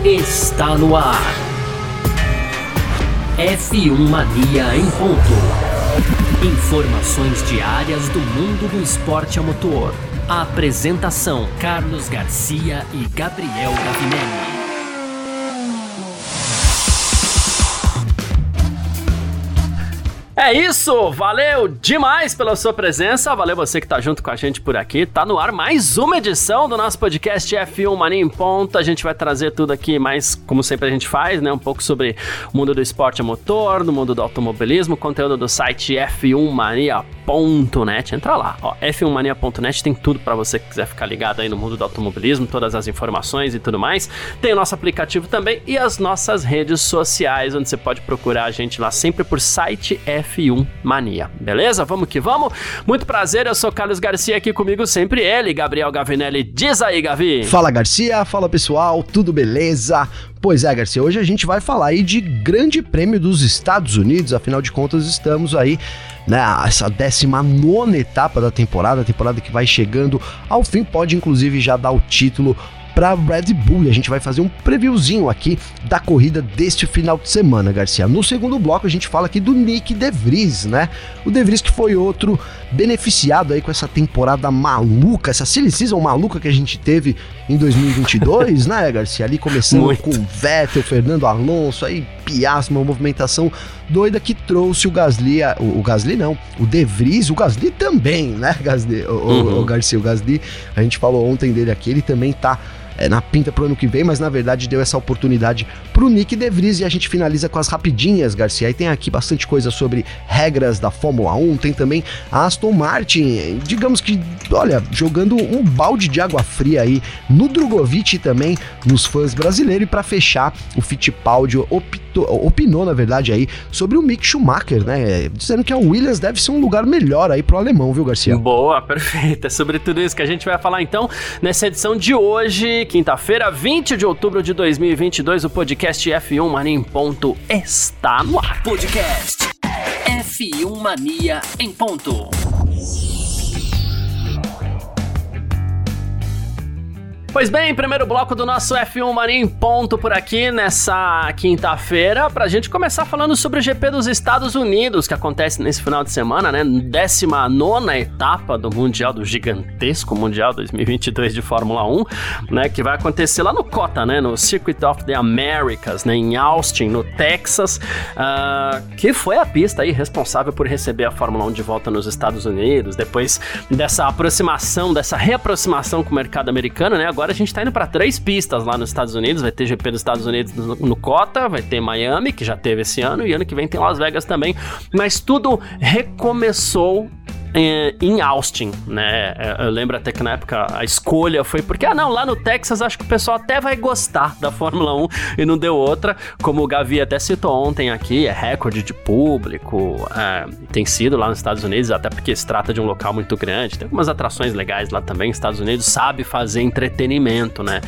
Está no ar. F1 Mania em ponto. Informações diárias do mundo do esporte a motor. A apresentação: Carlos Garcia e Gabriel Gavinelli. É isso, valeu demais pela sua presença, valeu você que tá junto com a gente por aqui, tá no ar mais uma edição do nosso podcast F1 Mania em Ponto. A gente vai trazer tudo aqui, mais como sempre a gente faz, né, um pouco sobre o mundo do esporte a motor, no mundo do automobilismo, conteúdo do site f1mania.net, entra lá, ó, f1mania.net, tem tudo pra você que quiser ficar ligado aí no mundo do automobilismo, todas as informações e tudo mais. Tem o nosso aplicativo também e as nossas redes sociais, onde você pode procurar a gente lá sempre por site F1 Mania, beleza? Vamos que vamos. Muito prazer, eu sou Carlos Garcia, aqui comigo sempre ele, Gabriel Gavinelli. Diz aí, Gavi. Fala, Garcia, fala pessoal, tudo beleza? Pois é, Garcia, hoje a gente vai falar aí de Grande Prêmio dos Estados Unidos, afinal de contas estamos aí, né, essa 19ª etapa da temporada, a temporada que vai chegando ao fim, pode inclusive já dar o título para Red Bull, e a gente vai fazer um previewzinho aqui da corrida deste final de semana, Garcia. No segundo bloco a gente fala aqui do Nyck de Vries, né? O de Vries que foi outro beneficiado aí com essa temporada maluca, essa silly season maluca que a gente teve em 2022, né, Garcia? Ali começando com o Vettel, Fernando Alonso, aí Piastri, uma movimentação doida que trouxe o Gasly, o de Vries, o Gasly também, né, Gasly? O Garcia, o Gasly, a gente falou ontem dele aqui, ele também tá na pinta pro ano que vem, mas na verdade deu essa oportunidade pro Nyck de Vries. E a gente finaliza com as rapidinhas, Garcia. Aí tem aqui bastante coisa sobre regras da Fórmula 1, tem também a Aston Martin, digamos que, olha, jogando um balde de água fria aí no Drogovic e também nos fãs brasileiros. E pra fechar, o Fittipaldi opinou, na verdade, aí sobre o Mick Schumacher, né, dizendo que a Williams deve ser um lugar melhor aí pro alemão, viu, Garcia? Boa, perfeito, é sobre tudo isso que a gente vai falar então nessa edição de hoje, quinta-feira, 20 de outubro de 2022, o podcast F1 Mania em Ponto está no ar. Podcast F1 Mania em Ponto. Pois bem, primeiro bloco do nosso F1 Mania em Ponto por aqui nessa quinta-feira, pra gente começar falando sobre o GP dos Estados Unidos, que acontece nesse final de semana, né, 19ª etapa do Mundial, do gigantesco Mundial 2022 de Fórmula 1, né, que vai acontecer lá no COTA, né, no Circuit of the Americas, né, em Austin, no Texas, que foi a pista aí responsável por receber a Fórmula 1 de volta nos Estados Unidos, depois dessa aproximação, dessa reaproximação com o mercado americano, né. Agora a gente tá indo para 3 pistas lá nos Estados Unidos, vai ter GP dos Estados Unidos no COTA, vai ter Miami, que já teve esse ano, e ano que vem tem Las Vegas também, mas tudo recomeçou em Austin, né? Eu lembro até que na época a escolha foi porque, lá no Texas acho que o pessoal até vai gostar da Fórmula 1 e não deu outra, como o Gavi até citou ontem aqui, é recorde de público, tem sido lá nos Estados Unidos, até porque se trata de um local muito grande, tem algumas atrações legais lá também, os Estados Unidos sabe fazer entretenimento, né?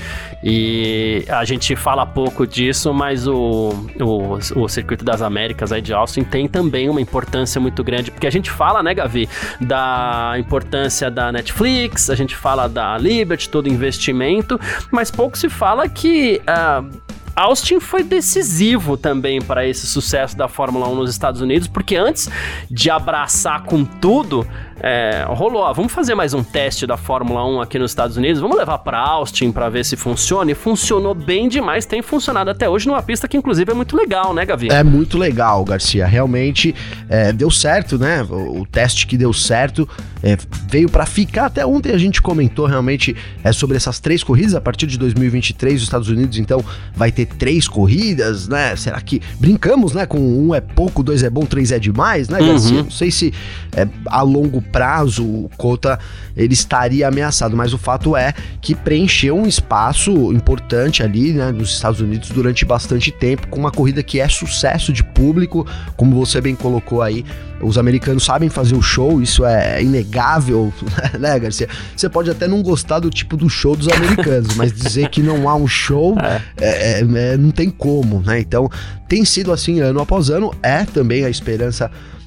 E a gente fala pouco disso, mas o Circuito das Américas aí de Austin tem também uma importância muito grande, porque a gente fala, né, Gavi, da importância da Netflix, a gente fala da Liberty, todo investimento, mas pouco se fala que Austin foi decisivo também para esse sucesso da Fórmula 1 nos Estados Unidos, porque antes de abraçar com tudo, rolou, vamos fazer mais um teste da Fórmula 1 aqui nos Estados Unidos, vamos levar para Austin para ver se funciona, e funcionou bem demais, tem funcionado até hoje numa pista que inclusive é muito legal, né, Gavi? É muito legal, Garcia, realmente deu certo, né, o teste que deu certo veio para ficar. Até ontem a gente comentou realmente sobre essas 3 corridas, a partir de 2023 os Estados Unidos então vai ter 3 corridas, né, será que brincamos, né, com 1 é pouco, 2 é bom, 3 é demais, né, Garcia? Não sei se a longo prazo o COTA ele estaria ameaçado, mas o fato é que preencheu um espaço importante ali, né, nos Estados Unidos durante bastante tempo, com uma corrida que é sucesso de público, como você bem colocou aí, os americanos sabem fazer o show, isso é inegável, né, Garcia? Você pode até não gostar do tipo do show dos americanos, mas dizer que não há um show não tem como, né? Então tem sido assim ano após ano, também a esperança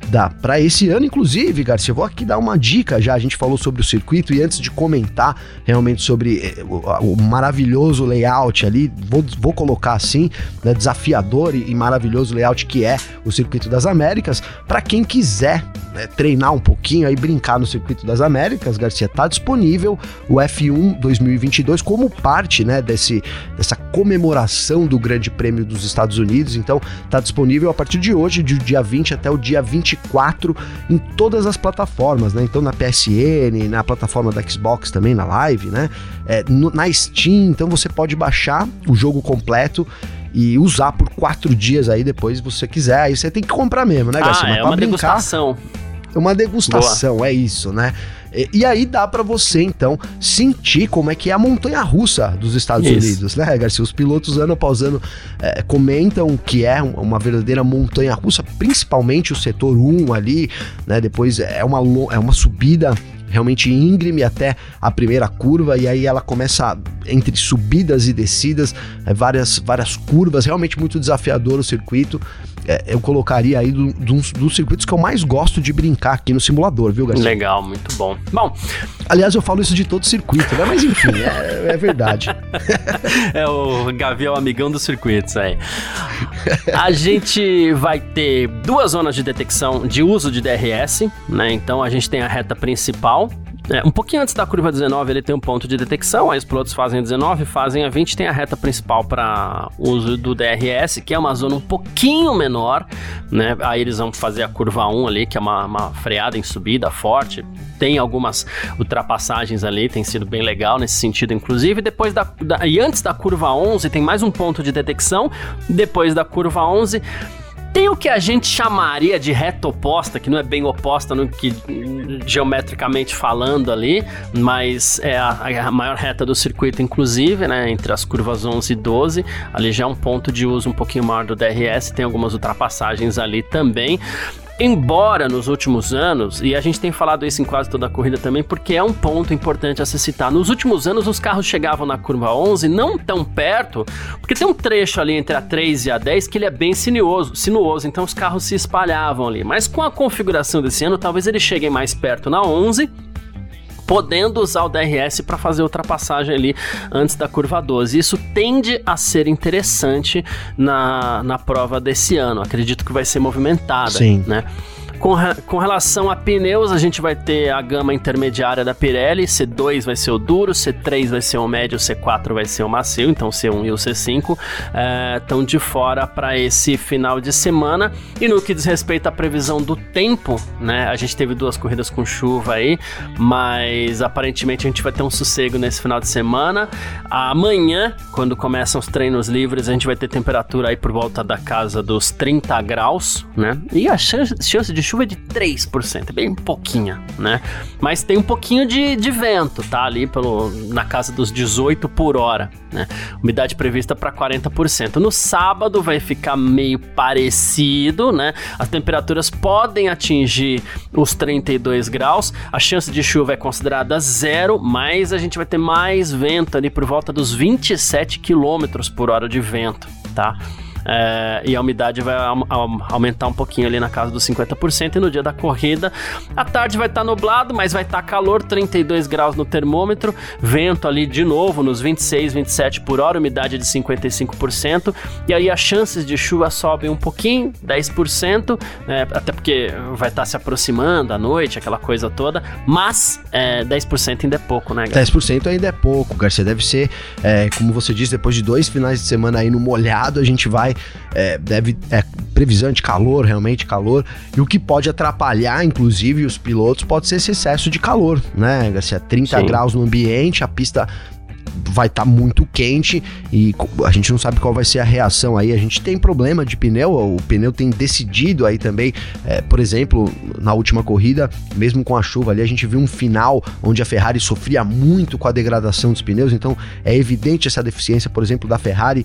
para esse ano. Inclusive, Garcia, eu vou aqui dar uma dica já, a gente falou sobre o circuito e antes de comentar realmente sobre o maravilhoso layout ali, vou colocar assim, né, desafiador e maravilhoso layout que é o Circuito das Américas, para quem quiser, né, treinar um pouquinho aí, brincar no Circuito das Américas, Garcia, tá disponível o F1 2022 como parte, né, dessa comemoração do Grande Prêmio dos Estados Unidos. Então tá disponível a partir de hoje, do dia 20 até o dia 24, em todas as plataformas, né? Então na PSN, na plataforma da Xbox também, na Live, né? Na Steam, então você pode baixar o jogo completo e usar por 4 dias aí, depois se você quiser. Aí você tem que comprar mesmo, né, Garcia? É uma degustação. É uma degustação, boa. É isso, né? E aí dá pra você, então, sentir como é que é a montanha-russa dos Estados Unidos, né, Garcia? Os pilotos, ano após ano, comentam que é uma verdadeira montanha-russa, principalmente o setor 1 ali, né? Depois é uma subida realmente íngreme até a primeira curva, e aí ela começa entre subidas e descidas, várias curvas, realmente muito desafiador o circuito. Eu colocaria aí dos circuitos que eu mais gosto de brincar aqui no simulador, viu, Garcia? Legal, muito bom. Bom, aliás, eu falo isso de todo circuito, né? Mas enfim, é verdade. É o Gavi, é o amigão dos circuitos aí. A gente vai ter 2 zonas de detecção de uso de DRS, né? Então a gente tem a reta principal. Um pouquinho antes da curva 19 ele tem um ponto de detecção, aí os pilotos fazem a 19, fazem a 20, tem a reta principal para uso do DRS, que é uma zona um pouquinho menor, né? Aí eles vão fazer a curva 1 ali, que é uma freada em subida forte, tem algumas ultrapassagens ali, tem sido bem legal nesse sentido, inclusive. Depois e antes da curva 11 tem mais um ponto de detecção, depois da curva 11... tem o que a gente chamaria de reta oposta, que não é bem oposta no que geometricamente falando ali, mas é a maior reta do circuito, inclusive, né, entre as curvas 11 e 12, ali já é um ponto de uso um pouquinho maior do DRS, tem algumas ultrapassagens ali também. Embora nos últimos anos, e a gente tem falado isso em quase toda a corrida também, porque é um ponto importante a se citar, nos últimos anos os carros chegavam na curva 11 não tão perto, porque tem um trecho ali entre a 3 e a 10 que ele é bem sinuoso, então os carros se espalhavam ali, mas com a configuração desse ano, talvez eles cheguem mais perto na 11, podendo usar o DRS para fazer ultrapassagem ali antes da curva 12. Isso tende a ser interessante na prova desse ano. Acredito que vai ser movimentada. Sim. Né? Com relação a pneus, a gente vai ter a gama intermediária da Pirelli, C2 vai ser o duro, C3 vai ser o médio, C4 vai ser o macio, então o C1 e o C5 estão de fora para esse final de semana. E no que diz respeito à previsão do tempo, né, a gente teve 2 corridas com chuva aí, mas aparentemente a gente vai ter um sossego nesse final de semana. Amanhã, quando começam os treinos livres, a gente vai ter temperatura aí por volta da casa dos 30 graus, né, e a chance de chuva é de 3%, bem pouquinha, né? Mas tem um pouquinho de vento, tá? Ali na casa dos 18 por hora, né? Umidade prevista para 40%. No sábado vai ficar meio parecido, né? As temperaturas podem atingir os 32 graus, a chance de chuva é considerada 0, mas a gente vai ter mais vento ali por volta dos 27 km por hora de vento, tá? E a umidade vai aumentar um pouquinho ali na casa dos 50%, e no dia da corrida à tarde vai estar nublado, mas vai estar calor, 32 graus no termômetro, vento ali de novo nos 26, 27 por hora, umidade de 55%, e aí as chances de chuva sobem um pouquinho, 10%, até porque vai estar se aproximando à noite, aquela coisa toda, mas 10% ainda é pouco, né, Garcia? 10% ainda é pouco, Garcia, deve ser, como você disse, depois de 2 finais de semana aí no molhado, a gente vai previsão de calor, realmente calor, e o que pode atrapalhar, inclusive, os pilotos, pode ser esse excesso de calor, né, Garcia? 30 Sim. graus no ambiente, a pista vai estar muito quente e a gente não sabe qual vai ser a reação aí. A gente tem problema de pneu, o pneu tem decidido aí também, por exemplo, na última corrida, mesmo com a chuva ali, a gente viu um final onde a Ferrari sofria muito com a degradação dos pneus, então é evidente essa deficiência, por exemplo, da Ferrari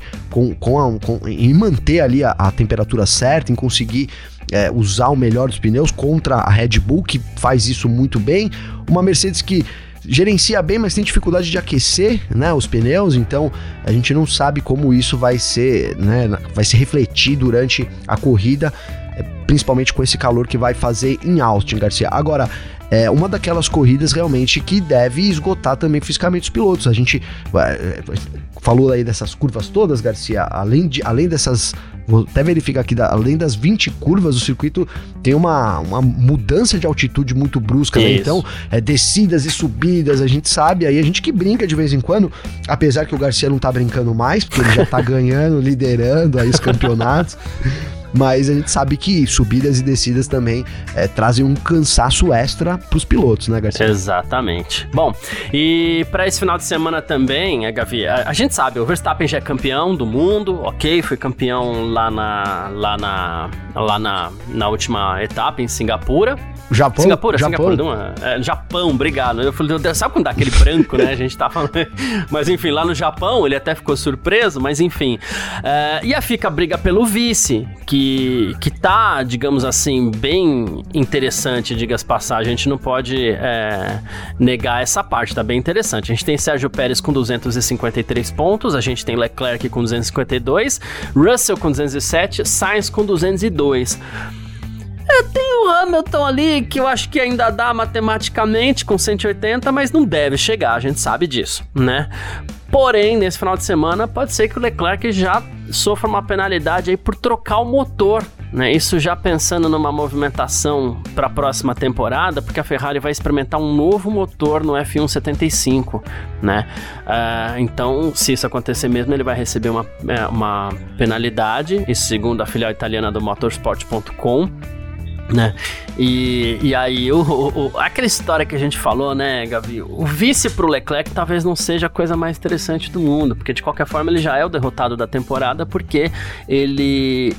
em manter ali a temperatura certa, em conseguir usar o melhor dos pneus contra a Red Bull, que faz isso muito bem, uma Mercedes que gerencia bem, mas tem dificuldade de aquecer, né, os pneus, então a gente não sabe como isso vai ser, né, vai se refletir durante a corrida. principalmente com esse calor que vai fazer em Austin, Garcia. Agora, é uma daquelas corridas realmente que deve esgotar também fisicamente os pilotos. A gente falou aí dessas curvas todas, Garcia, além dessas... Vou até verificar aqui, além das 20 curvas, o circuito tem uma mudança de altitude muito brusca, né? Então, descidas e subidas, a gente sabe, aí a gente que brinca de vez em quando, apesar que o Garcia não tá brincando mais, porque ele já tá ganhando, liderando aí os campeonatos, mas a gente sabe que subidas e descidas também trazem um cansaço extra pros pilotos, né, Garcia? Exatamente. Bom, e para esse final de semana também, Gavi, a gente sabe, o Verstappen já é campeão do mundo, ok, foi campeão lá na última etapa em Singapura. Singapura, Japão, obrigado. Eu falei, sabe quando dá aquele branco, né? A gente tá falando. Mas enfim, lá no Japão, ele até ficou surpreso, mas enfim. E aí fica a briga pelo vice, que tá, digamos assim, bem interessante, diga-se passagem. A gente não pode negar essa parte, tá bem interessante. A gente tem Sérgio Pérez com 253 pontos, a gente tem Leclerc com 252, Russell com 207, Sainz com 202. Tem o Hamilton ali, que eu acho que ainda dá matematicamente com 180, mas não deve chegar, a gente sabe disso, né? Porém, nesse final de semana, pode ser que o Leclerc já sofra uma penalidade aí por trocar o motor, né? Isso já pensando numa movimentação para a próxima temporada, porque a Ferrari vai experimentar um novo motor no F1 75, né? Então, se isso acontecer mesmo, ele vai receber uma penalidade, isso segundo a filial italiana do Motorsport.com, né? E aí aquela história que a gente falou, né, Gavi, o vice pro Leclerc talvez não seja a coisa mais interessante do mundo, porque de qualquer forma ele já é o derrotado da temporada, porque ele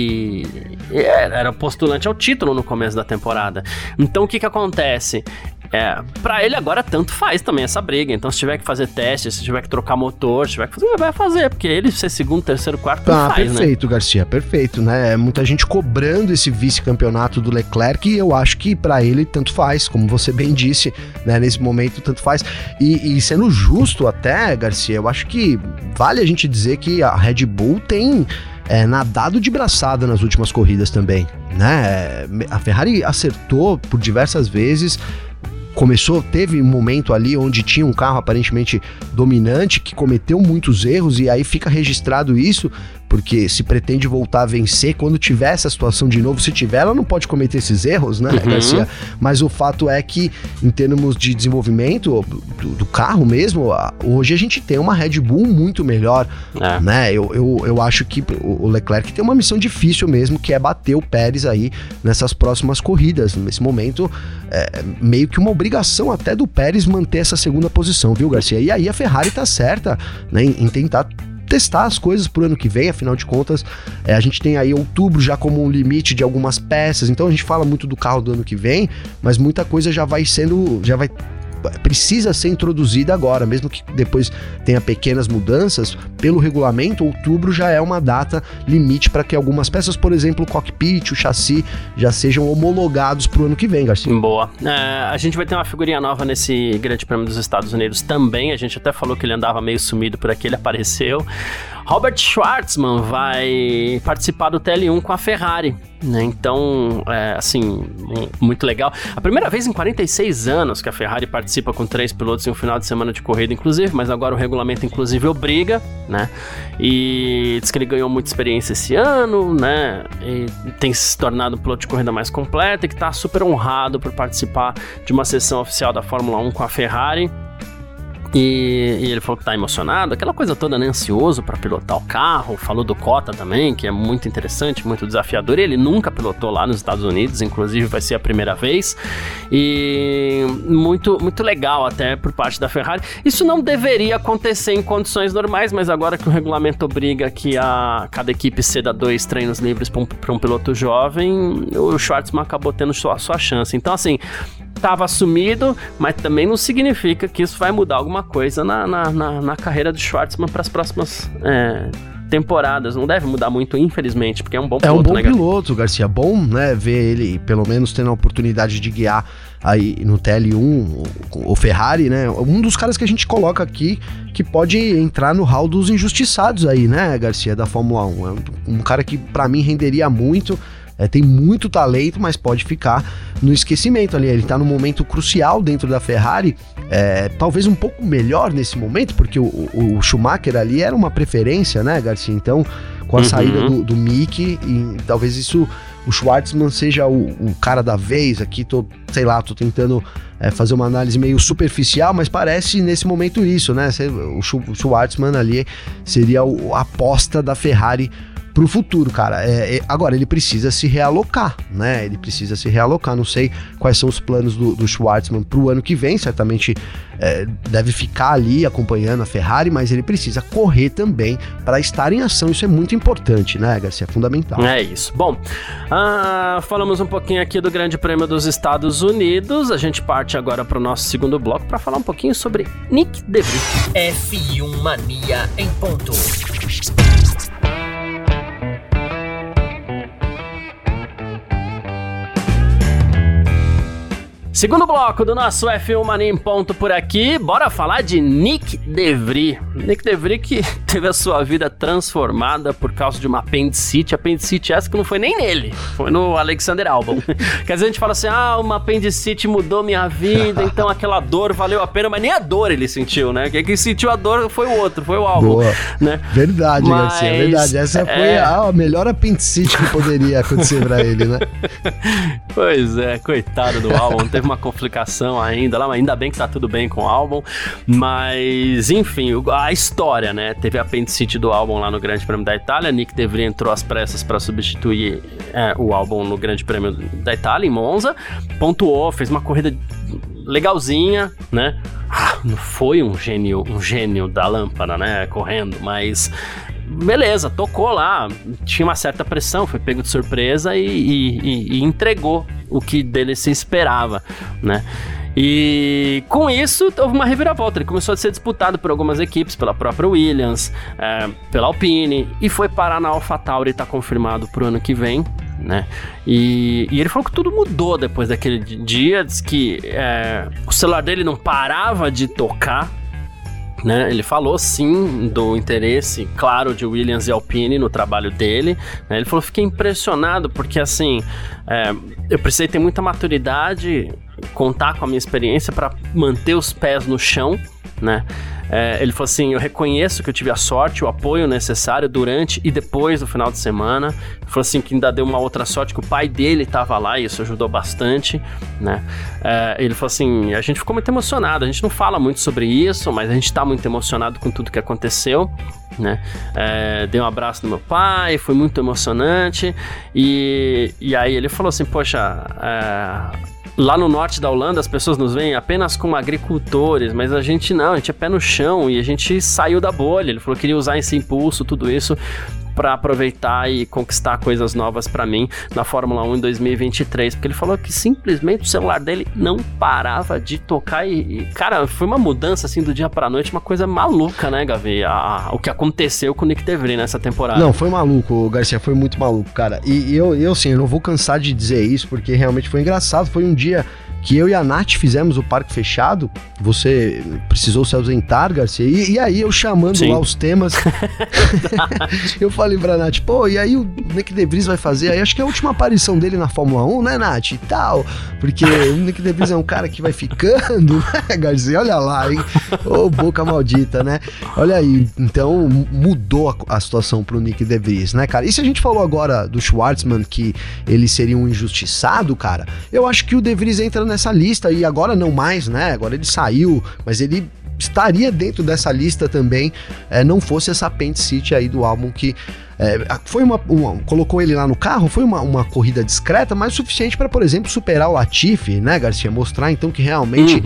era postulante ao título no começo da temporada. Então o que acontece? Pra ele agora tanto faz também essa briga. Então se tiver que fazer teste, se tiver que trocar motor, se tiver que fazer, vai fazer, porque ele ser segundo, terceiro, quarto, faz, perfeito, né? Garcia, perfeito, né? Muita gente cobrando esse vice-campeonato do Leclerc, e eu acho que pra ele tanto faz, como você bem disse, né? Nesse momento tanto faz. E sendo justo até, Garcia, eu acho que vale a gente dizer que a Red Bull tem nadado de braçada nas últimas corridas também, né? A Ferrari acertou por diversas vezes. Teve um momento ali onde tinha um carro aparentemente dominante que cometeu muitos erros, e aí fica registrado isso, porque se pretende voltar a vencer quando tiver essa situação de novo. Se tiver, ela não pode cometer esses erros, né, Garcia? Mas o fato é que, em termos de desenvolvimento do carro mesmo, hoje a gente tem uma Red Bull muito melhor, né? Eu acho que o Leclerc tem uma missão difícil mesmo, que é bater o Pérez aí nessas próximas corridas. Nesse momento, meio que uma obrigação até do Pérez manter essa segunda posição, viu, Garcia? E aí a Ferrari tá certa, né, em tentar testar as coisas pro ano que vem. Afinal de contas, a gente tem aí outubro já como um limite de algumas peças, então a gente fala muito do carro do ano que vem, mas muita coisa precisa ser introduzida agora, mesmo que depois tenha pequenas mudanças. Pelo regulamento, outubro já é uma data limite para que algumas peças, por exemplo, o cockpit, o chassi, já sejam homologados para o ano que vem, Garcia. Boa. A gente vai ter uma figurinha nova nesse Grande Prêmio dos Estados Unidos também. A gente até falou que ele andava meio sumido por aqui, ele apareceu. Robert Shwartzman vai participar do TL1 com a Ferrari, né? Então, assim, muito legal. A primeira vez em 46 anos que a Ferrari participa com 3 pilotos em um final de semana de corrida, inclusive, mas agora o regulamento, inclusive, obriga, né? E diz que ele ganhou muita experiência esse ano, né? E tem se tornado um piloto de corrida mais completo, e que tá super honrado por participar de uma sessão oficial da Fórmula 1 com a Ferrari. E ele falou que tá emocionado, aquela coisa toda, né, ansioso para pilotar o carro. Falou do Cota também, que é muito interessante, muito desafiador. Ele nunca pilotou lá nos Estados Unidos, inclusive vai ser a primeira vez. E muito, muito legal até por parte da Ferrari. Isso não deveria acontecer em condições normais, mas agora que o regulamento obriga que cada equipe ceda 2 treinos livres para um piloto jovem, o Shwartzman acabou tendo sua chance. Então, assim, estava assumido, mas também não significa que isso vai mudar alguma coisa na carreira do Shwartzman para as próximas temporadas. Não deve mudar muito, infelizmente, porque é um bom piloto. É um bom piloto, Garcia. Bom, né, ver ele pelo menos tendo a oportunidade de guiar aí no TL1 o Ferrari, né? Um dos caras que a gente coloca aqui que pode entrar no hall dos injustiçados aí, né, Garcia, da Fórmula 1. É um cara que pra mim renderia muito. tem muito talento, mas pode ficar no esquecimento ali. Ele tá num momento crucial dentro da Ferrari, talvez um pouco melhor nesse momento, porque o Schumacher ali era uma preferência, né, Garcia? Então, com a saída do Mick, e talvez isso, o Schwartzman seja o cara da vez. Aqui tô tentando fazer uma análise meio superficial, mas parece nesse momento isso, né? O Schwartzman ali seria a aposta da Ferrari pro futuro, cara. Agora, ele precisa se realocar, né? Ele precisa se realocar. Não sei quais são os planos do Schwartzman pro ano que vem. Certamente deve ficar ali acompanhando a Ferrari, mas ele precisa correr também para estar em ação. Isso é muito importante, né, Garcia? É fundamental. É isso. Bom, falamos um pouquinho aqui do Grande Prêmio dos Estados Unidos. A gente parte agora para o nosso segundo bloco para falar um pouquinho sobre Nyck de Vries. F1 Mania em ponto. Segundo bloco do nosso F1 Mania em ponto por aqui, bora falar de Nyck de Vries. Nyck de Vries que teve a sua vida transformada por causa de uma apendicite essa que não foi nem nele, foi no Alexander Albon. Quer dizer, a gente fala assim, uma apendicite mudou minha vida, então aquela dor valeu a pena, mas nem a dor ele sentiu, né? Quem sentiu a dor foi o outro, foi o Albon. Boa. Né? Verdade, Garcia, verdade. Essa foi a melhor apendicite que poderia acontecer pra ele, né? Pois é, coitado do Albon, teve uma complicação ainda lá, mas ainda bem que tá tudo bem com o Albon, mas enfim, a história, né, teve a apendicite do Albon lá no Grande Prêmio da Itália. Nyck de Vries entrou às pressas para substituir o Albon no Grande Prêmio da Itália, em Monza, pontuou, fez uma corrida legalzinha, né, não foi um gênio da lâmpada, né, correndo, mas beleza, tocou lá, tinha uma certa pressão, foi pego de surpresa e entregou o que dele se esperava, né? E com isso houve uma reviravolta, ele começou a ser disputado por algumas equipes, pela própria Williams, pela Alpine, e foi parar na AlphaTauri, tá confirmado pro ano que vem, né? E ele falou que tudo mudou depois daquele dia, diz que o celular dele não parava de tocar, né? Ele falou sim do interesse, claro, de Williams e Alpine no trabalho dele, né? Ele falou, fiquei impressionado porque assim, eu precisei ter muita maturidade, contar com a minha experiência para manter os pés no chão, né? Ele falou assim, eu reconheço que eu tive a sorte, o apoio necessário durante e depois do final de semana. Ele falou assim que ainda deu uma outra sorte, que o pai dele estava lá e isso ajudou bastante, né? Ele falou assim, a gente ficou muito emocionado, a gente não fala muito sobre isso, mas a gente está muito emocionado com tudo que aconteceu, né? Dei um abraço no meu pai, foi muito emocionante, e aí ele falou assim, poxa, lá no norte da Holanda as pessoas nos veem apenas como agricultores, mas a gente não, a gente é pé no chão e a gente saiu da bolha. Ele falou que queria usar esse impulso, tudo isso, para aproveitar e conquistar coisas novas para mim na Fórmula 1 em 2023, porque ele falou que simplesmente o celular dele não parava de tocar e cara, foi uma mudança assim do dia pra noite, uma coisa maluca, né, Gavi? O que aconteceu com o Nyck de Vries nessa temporada. Não, foi maluco, Garcia, foi muito maluco, cara. E eu assim, eu não vou cansar de dizer isso, porque realmente foi engraçado. Foi um dia que eu e a Nath fizemos o parque fechado, você precisou se ausentar, Garcia, e aí eu chamando Sim. lá os temas, eu falei pra Nath, e aí o Nyck de Vries vai fazer, aí acho que é a última aparição dele na Fórmula 1, né, Nath, e tal, porque o Nyck de Vries é um cara que vai ficando, né, Garcia, olha lá, hein, boca maldita, né, olha aí, então mudou a situação pro Nyck de Vries, né, cara, e se a gente falou agora do Schwartzman, que ele seria um injustiçado, cara, eu acho que o de Vries entra nessa lista, e agora não mais, né? Agora ele saiu, mas ele estaria dentro dessa lista também, não fosse essa apendicite aí do Albon que foi colocou ele lá no carro, foi uma corrida discreta, mas suficiente para, por exemplo, superar o Latifi, né, Garcia? Mostrar então que realmente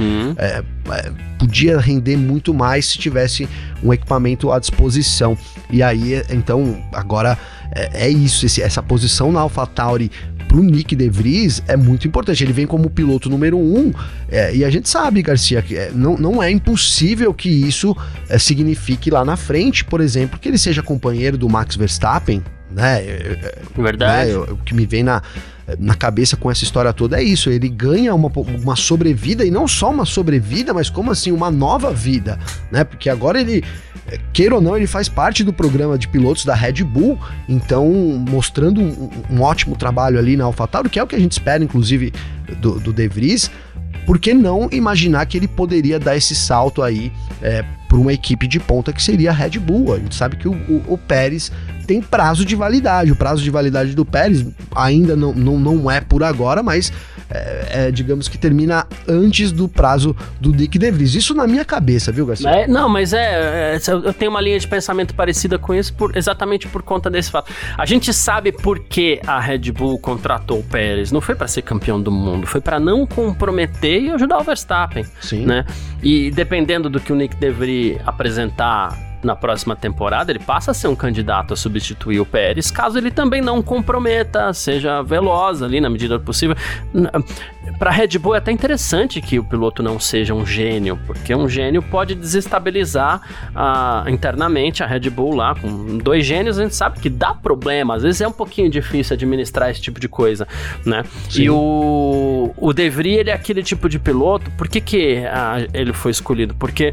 podia render muito mais se tivesse um equipamento à disposição. E aí, então, agora é isso, essa posição na AlphaTauri pro Nyck de Vries é muito importante. Ele vem como piloto número 1, e a gente sabe, Garcia, que não é impossível que isso signifique lá na frente, por exemplo, que ele seja companheiro do Max Verstappen, né? Verdade. Né? O que me vem na cabeça com essa história toda é isso, ele ganha uma sobrevida, e não só uma sobrevida, mas como assim, uma nova vida, né? Porque agora ele, queira ou não, ele faz parte do programa de pilotos da Red Bull, então mostrando um ótimo trabalho ali na AlphaTauri, que é o que a gente espera, inclusive, do De Vries. Por que não imaginar que ele poderia dar esse salto aí para uma equipe de ponta que seria a Red Bull? A gente sabe que o Pérez tem prazo de validade. O prazo de validade do Pérez ainda não é por agora, mas digamos que termina antes do prazo do Nick De Vries. Isso na minha cabeça, viu, Garcia? Não, mas eu tenho uma linha de pensamento parecida com isso exatamente por conta desse fato. A gente sabe por que a Red Bull contratou o Pérez. Não foi para ser campeão do mundo, foi para não comprometer e ajudar o Verstappen. Sim. Né? E dependendo do que o Nick De Vries apresentar na próxima temporada, ele passa a ser um candidato a substituir o Pérez, caso ele também não comprometa, seja veloz ali na medida do possível. Para a Red Bull é até interessante que o piloto não seja um gênio, porque um gênio pode desestabilizar internamente a Red Bull lá. Com 2 gênios a gente sabe que dá problema, às vezes é um pouquinho difícil administrar esse tipo de coisa, né? Sim. E o De Vries, ele é aquele tipo de piloto. Por que ele foi escolhido? Porque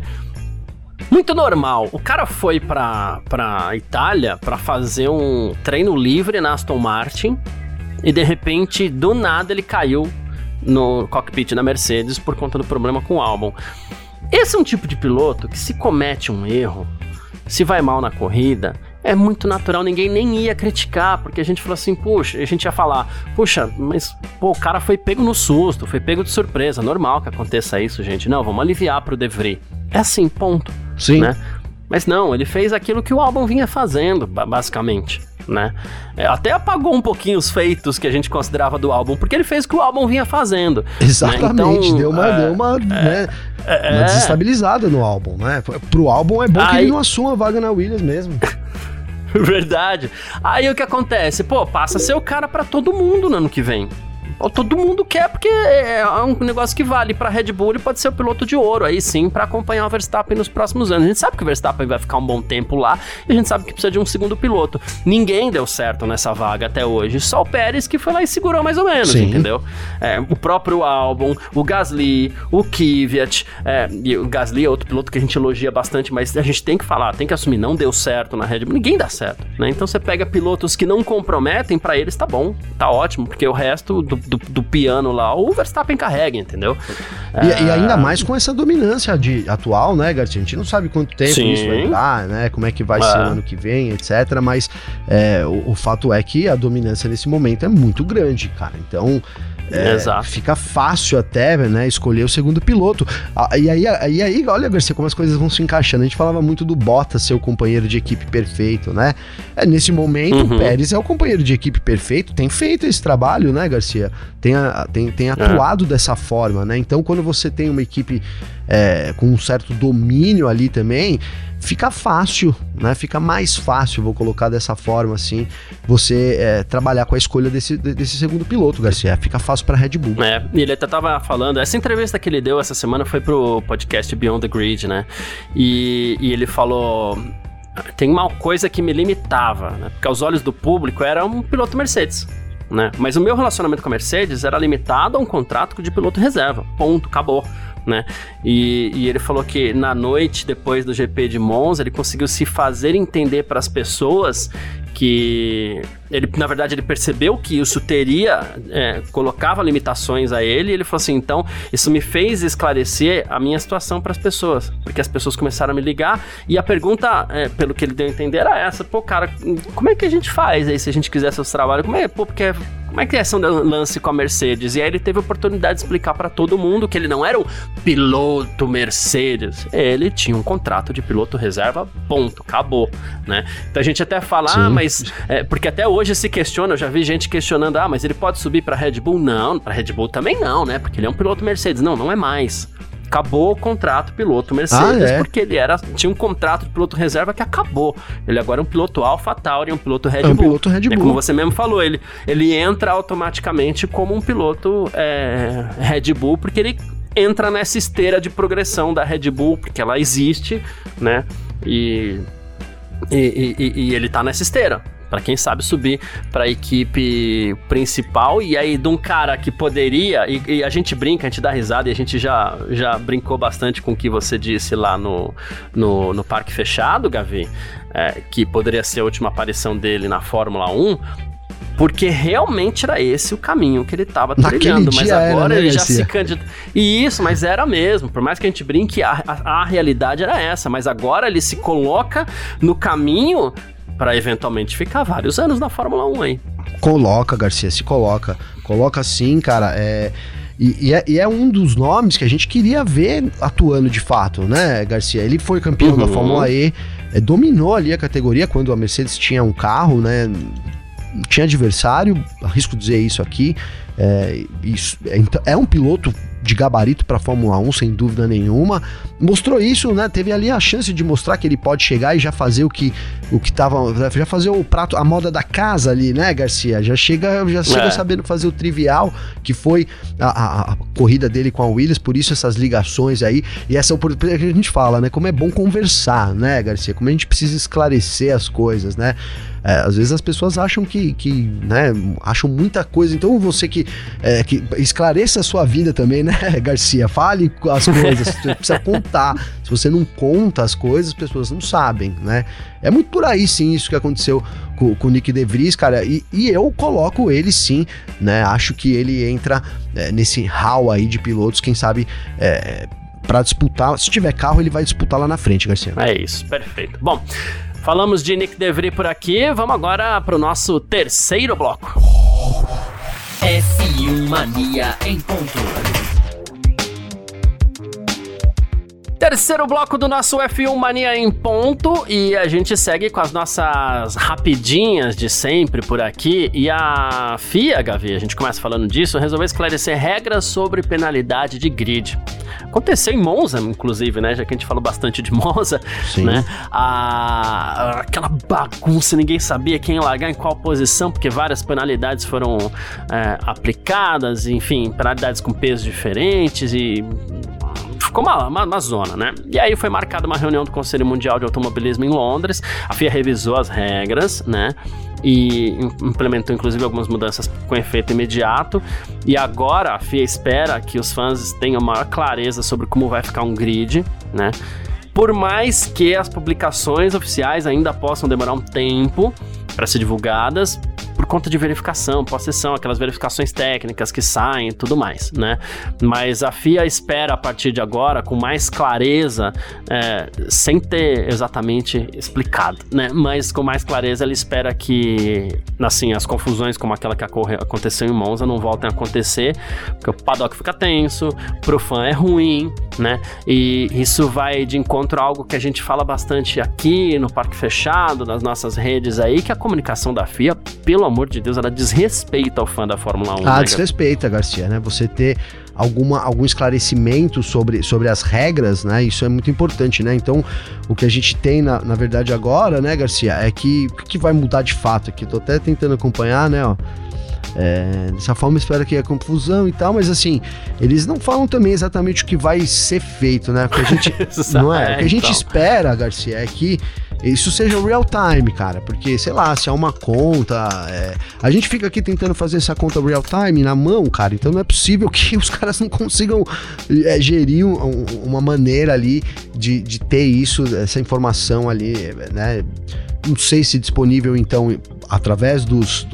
muito normal, o cara foi pra Itália pra fazer um treino livre na Aston Martin e de repente, do nada, ele caiu no cockpit da Mercedes por conta do problema com o Albon. Esse é um tipo de piloto que, se comete um erro, se vai mal na corrida, é muito natural, ninguém nem ia criticar, porque a gente falou assim, a gente ia falar, mas o cara foi pego no susto, foi pego de surpresa, normal que aconteça isso, gente. Não, vamos aliviar pro De Vries. É assim, ponto. Sim. Né? Mas não, ele fez aquilo que o Albon vinha fazendo, basicamente, né? Até apagou um pouquinho os feitos que a gente considerava do Albon, porque ele fez o que o Albon vinha fazendo. Exatamente, né? Então, deu uma desestabilizada no Albon, né? Pro Albon é bom que ele não assuma a vaga na Williams mesmo. Verdade. Aí o que acontece? Passa a ser o cara pra todo mundo no ano que vem. Todo mundo quer, porque é um negócio que vale pra Red Bull. Ele pode ser o piloto de ouro aí sim, pra acompanhar o Verstappen nos próximos anos. A gente sabe que o Verstappen vai ficar um bom tempo lá, e a gente sabe que precisa de um segundo piloto. Ninguém deu certo nessa vaga até hoje, só o Pérez que foi lá e segurou mais ou menos, sim. Entendeu? O próprio Albon, o Gasly, o Kvyat, e o Gasly é outro piloto que a gente elogia bastante, mas a gente tem que falar, tem que assumir, não deu certo na Red Bull, ninguém dá certo, né? Então você pega pilotos que não comprometem, pra eles tá bom, tá ótimo, porque o resto do piano lá, o Verstappen carrega, entendeu? E ainda mais com essa dominância atual, né, Garcia? A gente não sabe quanto tempo isso vai dar, né? Como é que vai ser no ano que vem, etc. Mas o fato é que a dominância nesse momento é muito grande, cara. Então, fica fácil até, né, escolher o segundo piloto. E aí, olha, Garcia, como as coisas vão se encaixando. A gente falava muito do Bottas ser o companheiro de equipe perfeito, né? Nesse momento, o Pérez é o companheiro de equipe perfeito, tem feito esse trabalho, né, Garcia? Tem atuado dessa forma, né? Então, quando você tem uma equipe com um certo domínio ali também, fica fácil, né? Fica mais fácil, vou colocar dessa forma assim, você trabalhar com a escolha desse segundo piloto, Garcia. Fica fácil pra Red Bull. E ele até tava falando, essa entrevista que ele deu essa semana foi pro podcast Beyond the Grid, né? E ele falou, tem uma coisa que me limitava, né? Porque aos olhos do público era um piloto Mercedes, né? Mas o meu relacionamento com a Mercedes era limitado a um contrato de piloto reserva, ponto, acabou. Né? E ele falou que na noite depois do GP de Monza ele conseguiu se fazer entender para as pessoas que ele, na verdade, ele percebeu que isso colocava limitações a ele, e ele falou assim, então, isso me fez esclarecer a minha situação para as pessoas, porque as pessoas começaram a me ligar, e a pergunta, pelo que ele deu a entender, era essa, cara, como é que a gente faz aí, se a gente quiser seus trabalhos, como é que é esse lance com a Mercedes? E aí ele teve a oportunidade de explicar para todo mundo que ele não era um piloto Mercedes, ele tinha um contrato de piloto reserva, ponto, acabou, né? Então a gente até fala, mas porque até hoje se questiona, eu já vi gente questionando, mas ele pode subir pra Red Bull? Não, pra Red Bull também não, né? Porque ele é um piloto Mercedes. Não é mais. Acabou o contrato piloto Mercedes, porque ele tinha um contrato de piloto reserva que acabou. Ele agora é um piloto AlphaTauri, um piloto Red Bull. Piloto Red Bull. Como você mesmo falou, ele entra automaticamente como um piloto Red Bull, porque ele entra nessa esteira de progressão da Red Bull, porque ela existe, né? E ele tá nessa esteira. Pra quem sabe subir pra equipe principal, e aí de um cara que poderia, e a gente brinca, a gente dá risada, e a gente já brincou bastante com o que você disse lá no Parque Fechado, Gavi, que poderia ser a última aparição dele na Fórmula 1, porque realmente era esse o caminho que ele tava trilhando, mas agora ele já se candidatou. E isso, mas era mesmo, por mais que a gente brinque, a realidade era essa, mas agora ele se coloca no caminho para eventualmente ficar vários anos na Fórmula 1 aí. Coloca, Garcia, se coloca. Coloca sim, cara, E é um dos nomes que a gente queria ver atuando de fato, né, Garcia? Ele foi campeão da Fórmula E, dominou ali a categoria quando a Mercedes tinha um carro, né? Não tinha adversário, arrisco dizer isso aqui. É um piloto de gabarito para a Fórmula 1, sem dúvida nenhuma. Mostrou isso, né? Teve ali a chance de mostrar que ele pode chegar e já fazer o que tava, já fazer o prato, a moda da casa ali, né, Garcia? Já chega sabendo fazer o trivial, que foi a corrida dele com a Williams, por isso essas ligações aí, e essa oportunidade que a gente fala, né? Como é bom conversar, né, Garcia? Como a gente precisa esclarecer as coisas, né? Às vezes as pessoas acham né, acham muita coisa, então você que esclareça a sua vida também, né, Garcia? Fale as coisas, você precisa contar. Se você não conta as coisas, as pessoas não sabem, né? É muito por aí, sim, isso que aconteceu com o Nyck de Vries, cara, e eu coloco ele, sim, né? Acho que ele entra nesse hall aí de pilotos, quem sabe... para disputar, se tiver carro, ele vai disputar lá na frente, Garcia. É isso, perfeito. Bom, falamos de Nyck de Vries por aqui, vamos agora pro nosso terceiro bloco. F1 Mania em ponto. Terceiro bloco do nosso F1 Mania em ponto, e a gente segue com as nossas rapidinhas de sempre por aqui, e a FIA, Gavi, a gente começa falando disso, resolveu esclarecer regras sobre penalidade de grid. Aconteceu em Monza, inclusive, né, já que a gente falou bastante de Monza, sim, né, aquela bagunça, ninguém sabia quem largar em qual posição, porque várias penalidades foram aplicadas, enfim, penalidades com pesos diferentes, e... ficou uma zona, né? E aí foi marcada uma reunião do Conselho Mundial de Automobilismo em Londres, a FIA revisou as regras, né? E implementou inclusive algumas mudanças com efeito imediato, e agora a FIA espera que os fãs tenham maior clareza sobre como vai ficar um grid, né? Por mais que as publicações oficiais ainda possam demorar um tempo para ser divulgadas, por conta de verificação, pós-sessão, aquelas verificações técnicas que saem e tudo mais, né? Mas a FIA espera, a partir de agora, com mais clareza, sem ter exatamente explicado, né? Mas com mais clareza, ela espera que, assim, as confusões como aquela que aconteceu em Monza não voltem a acontecer, porque o paddock fica tenso, pro fã é ruim, né? E isso vai de encontro a algo que a gente fala bastante aqui no Parque Fechado, nas nossas redes aí, que a comunicação da FIA, pelo amor de Deus, ela desrespeita o fã da Fórmula 1. Né, desrespeita, Garcia, né? Você ter algum esclarecimento sobre as regras, né? Isso é muito importante, né? Então, o que a gente tem, na verdade, agora, né, Garcia, é que o que vai mudar de fato aqui? Tô até tentando acompanhar, né, ó. Dessa forma, espero que é confusão e tal, mas assim, eles não falam também exatamente o que vai ser feito, né? O que a gente, não é? O que a gente espera, Garcia, é que isso seja real time, cara, porque, sei lá, se é uma conta, a gente fica aqui tentando fazer essa conta real time na mão, cara, então não é possível que os caras não consigam gerir uma maneira ali de ter isso, essa informação ali, né? Não sei se disponível, então, através dos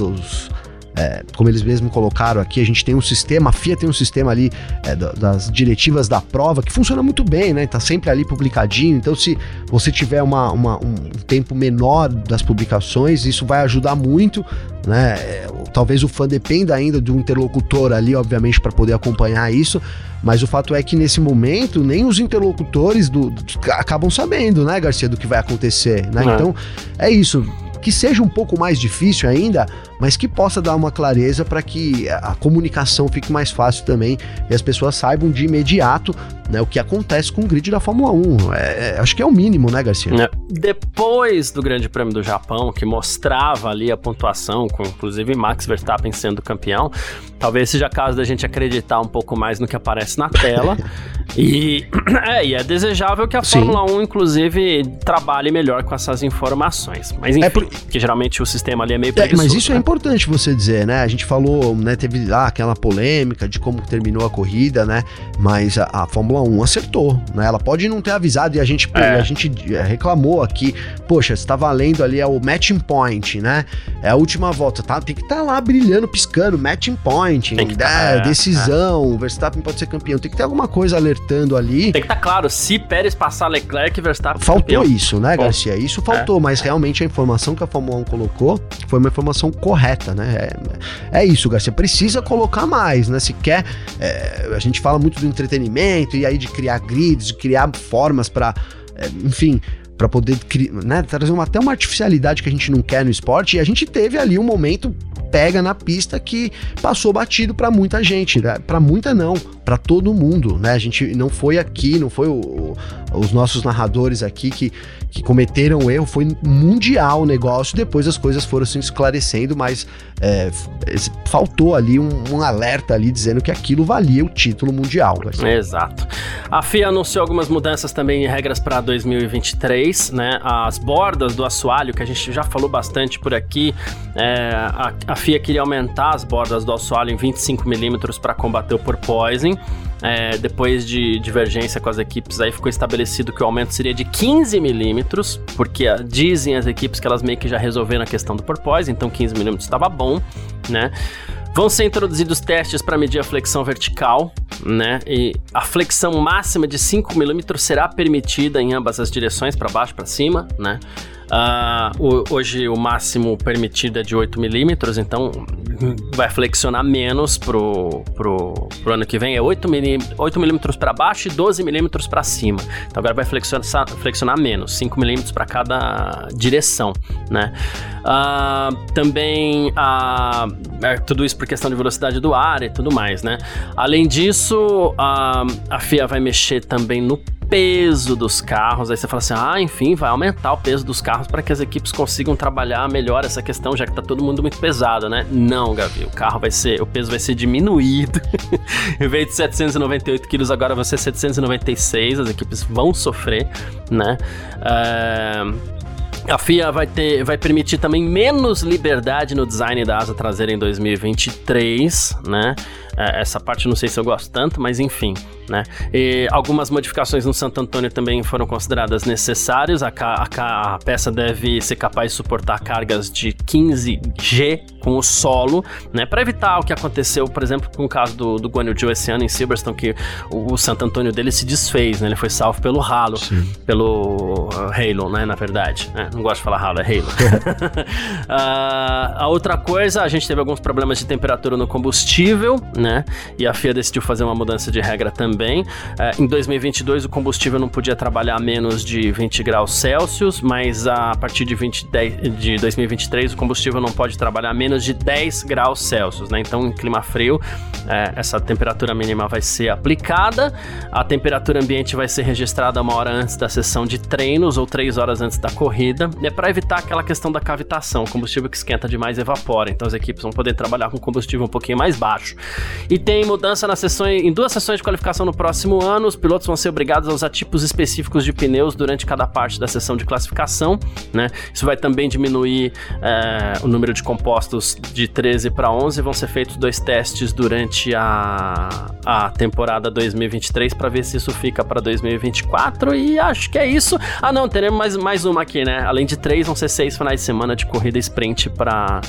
como eles mesmos colocaram aqui, a gente tem um sistema, a FIA tem um sistema ali das diretivas da prova que funciona muito bem, né? Tá sempre ali publicadinho, então se você tiver um tempo menor das publicações, isso vai ajudar muito, né? Talvez o fã dependa ainda de um interlocutor ali, obviamente, para poder acompanhar isso, mas o fato é que nesse momento nem os interlocutores acabam sabendo, né, Garcia, do que vai acontecer, né? Então é isso. Que seja um pouco mais difícil ainda, mas que possa dar uma clareza para que a comunicação fique mais fácil também e as pessoas saibam de imediato, né, o que acontece com o grid da Fórmula 1. Acho que é o mínimo, né, Garcia? Depois do Grande Prêmio do Japão, que mostrava ali a pontuação, com inclusive Max Verstappen sendo campeão, talvez seja caso da gente acreditar um pouco mais no que aparece na tela. E é desejável que a Fórmula 1, inclusive, trabalhe melhor com essas informações. Mas enfim. que geralmente o sistema ali é meio preguiçoso. Mas isso é importante você dizer, né? A gente falou, né, teve lá aquela polêmica de como terminou a corrida, né? Mas a Fórmula 1 acertou, né? Ela pode não ter avisado e a gente reclamou aqui, poxa, você tá valendo ali, é o matching point, né? É a última volta, tá? Tem que estar lá brilhando, piscando, matching point, decisão, o Verstappen pode ser campeão, tem que ter alguma coisa alertando ali. Tem que estar claro, se Pérez passar Leclerc, Verstappen faltou campeão. Isso, né, Garcia? Isso faltou, mas realmente a informação que a Fórmula 1 colocou foi uma informação correta, né? É isso, Garcia, precisa colocar mais, né? Se quer, a gente fala muito do entretenimento e aí de criar grids, de criar formas para, enfim, para poder, né, trazer até uma artificialidade que a gente não quer no esporte, e a gente teve ali um momento pega na pista que passou batido para muita gente, né? Para muita não, para todo mundo, né? A gente não foi aqui, não foi os nossos narradores aqui que cometeram erro, foi mundial o negócio, depois as coisas foram se esclarecendo, mas faltou ali um alerta ali dizendo que aquilo valia o título mundial. Exato. A FIA anunciou algumas mudanças também em regras para 2023, né? As bordas do assoalho, que a gente já falou bastante por aqui, a FIA queria aumentar as bordas do assoalho em 25mm para combater o porpoising. Depois de divergência com as equipes, aí ficou estabelecido que o aumento seria de 15mm, porque dizem as equipes que elas meio que já resolveram a questão do porpoise, então 15mm estava bom, né? Vão ser introduzidos testes para medir a flexão vertical, né? E a flexão máxima de 5mm será permitida em ambas as direções, para baixo e para cima, né? Hoje o máximo permitido é de 8mm, então vai flexionar menos pro ano que vem, é 8mm para baixo e 12mm para cima. Então agora vai flexionar menos, 5mm para cada direção, né? Também tudo isso por questão de velocidade do ar e tudo mais, né? Além disso, a FIA vai mexer também no peso dos carros. Aí você fala assim, enfim, vai aumentar o peso dos carros para que as equipes consigam trabalhar melhor essa questão, já que tá todo mundo muito pesado, né? Não, Gavi, o peso vai ser diminuído. Em vez de 798 quilos, agora vai ser 796, as equipes vão sofrer, né? A FIA vai permitir também menos liberdade no design da asa traseira em 2023, né? Essa parte não sei se eu gosto tanto, mas enfim, né? E algumas modificações no Santo Antônio também foram consideradas necessárias. A peça deve ser capaz de suportar cargas de 15G com o solo, né? Para evitar o que aconteceu, por exemplo, com o caso do Guan Yu Zhou esse ano em Silverstone, que o Santo Antônio dele se desfez, né? Ele foi salvo pelo Halo, pelo Halo, né? Na verdade, não gosto de falar Halo, é Halo. A outra coisa, a gente teve alguns problemas de temperatura no combustível, né? E a FIA decidiu fazer uma mudança de regra também. Em 2022 o combustível não podia trabalhar a menos de 20 graus Celsius, mas a partir de 2023 o combustível não pode trabalhar a menos de 10 graus Celsius, né? Então em clima frio essa temperatura mínima vai ser aplicada, a temperatura ambiente vai ser registrada 1 hora antes da sessão de treinos ou 3 horas antes da corrida, para evitar aquela questão da cavitação. O combustível que esquenta demais evapora, então as equipes vão poder trabalhar com combustível um pouquinho mais baixo. E tem mudança em 2 sessões de qualificação no próximo ano. Os pilotos vão ser obrigados a usar tipos específicos de pneus durante cada parte da sessão de classificação, né? Isso vai também diminuir o número de compostos de 13 para 11. Vão ser feitos 2 testes durante a temporada 2023 para ver se isso fica para 2024, e acho que é isso. Não, teremos mais uma aqui, né? Além de 3, vão ser 6 finais de semana de corrida sprint para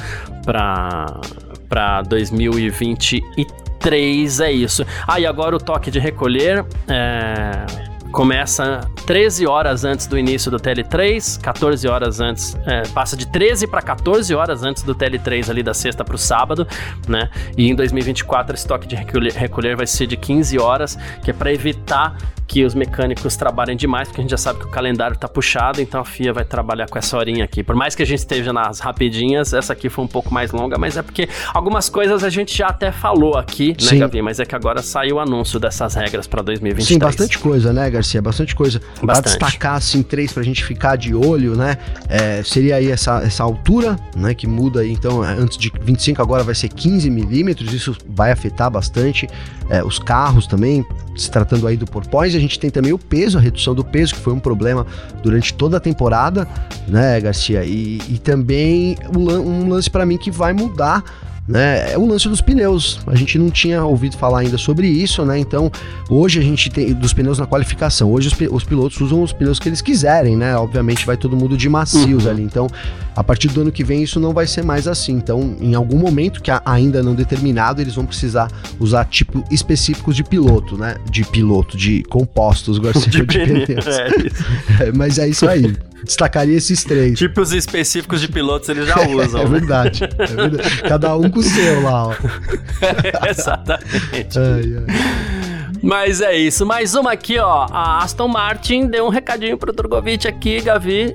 2023, é isso. E agora o toque de recolher começa 13 horas antes do início do TL3, 14 horas antes, passa de 13 para 14 horas antes do TL3 ali da sexta para o sábado, né? E em 2024 esse toque de recolher vai ser de 15 horas, que é para evitar que os mecânicos trabalhem demais, porque a gente já sabe que o calendário tá puxado, então a FIA vai trabalhar com essa horinha aqui. Por mais que a gente esteja nas rapidinhas, essa aqui foi um pouco mais longa, mas é porque algumas coisas a gente já até falou aqui, né, Gavi? Mas é que agora saiu o anúncio dessas regras para 2023. Sim, bastante coisa, né, Garcia? Bastante coisa. Pra destacar, assim, 3 pra gente ficar de olho, né? Seria aí essa altura, né? Que muda aí, então, antes de 25 agora vai ser 15 milímetros, isso vai afetar bastante os carros também, se tratando aí do porpoise. A gente tem também o peso, a redução do peso, que foi um problema durante toda a temporada, né, Garcia? E também um lance pra mim que vai mudar, né, é o lance dos pneus. A gente não tinha ouvido falar ainda sobre isso, né? Então, hoje a gente tem dos pneus na qualificação. Hoje os pilotos usam os pneus que eles quiserem, né? Obviamente vai todo mundo de macios ali. Então, a partir do ano que vem isso não vai ser mais assim. Então, em algum momento que ainda não determinado, eles vão precisar usar tipos específicos de piloto, né? De compostos, Garcia, de pneus. Mas é isso aí. Destacaria esses 3. Tipos específicos de pilotos eles já usam. É verdade. Cada um com o seu lá, ó. Exatamente. Mas é isso. Mais uma aqui, ó. A Aston Martin deu um recadinho pro Drogovic aqui, Gavi.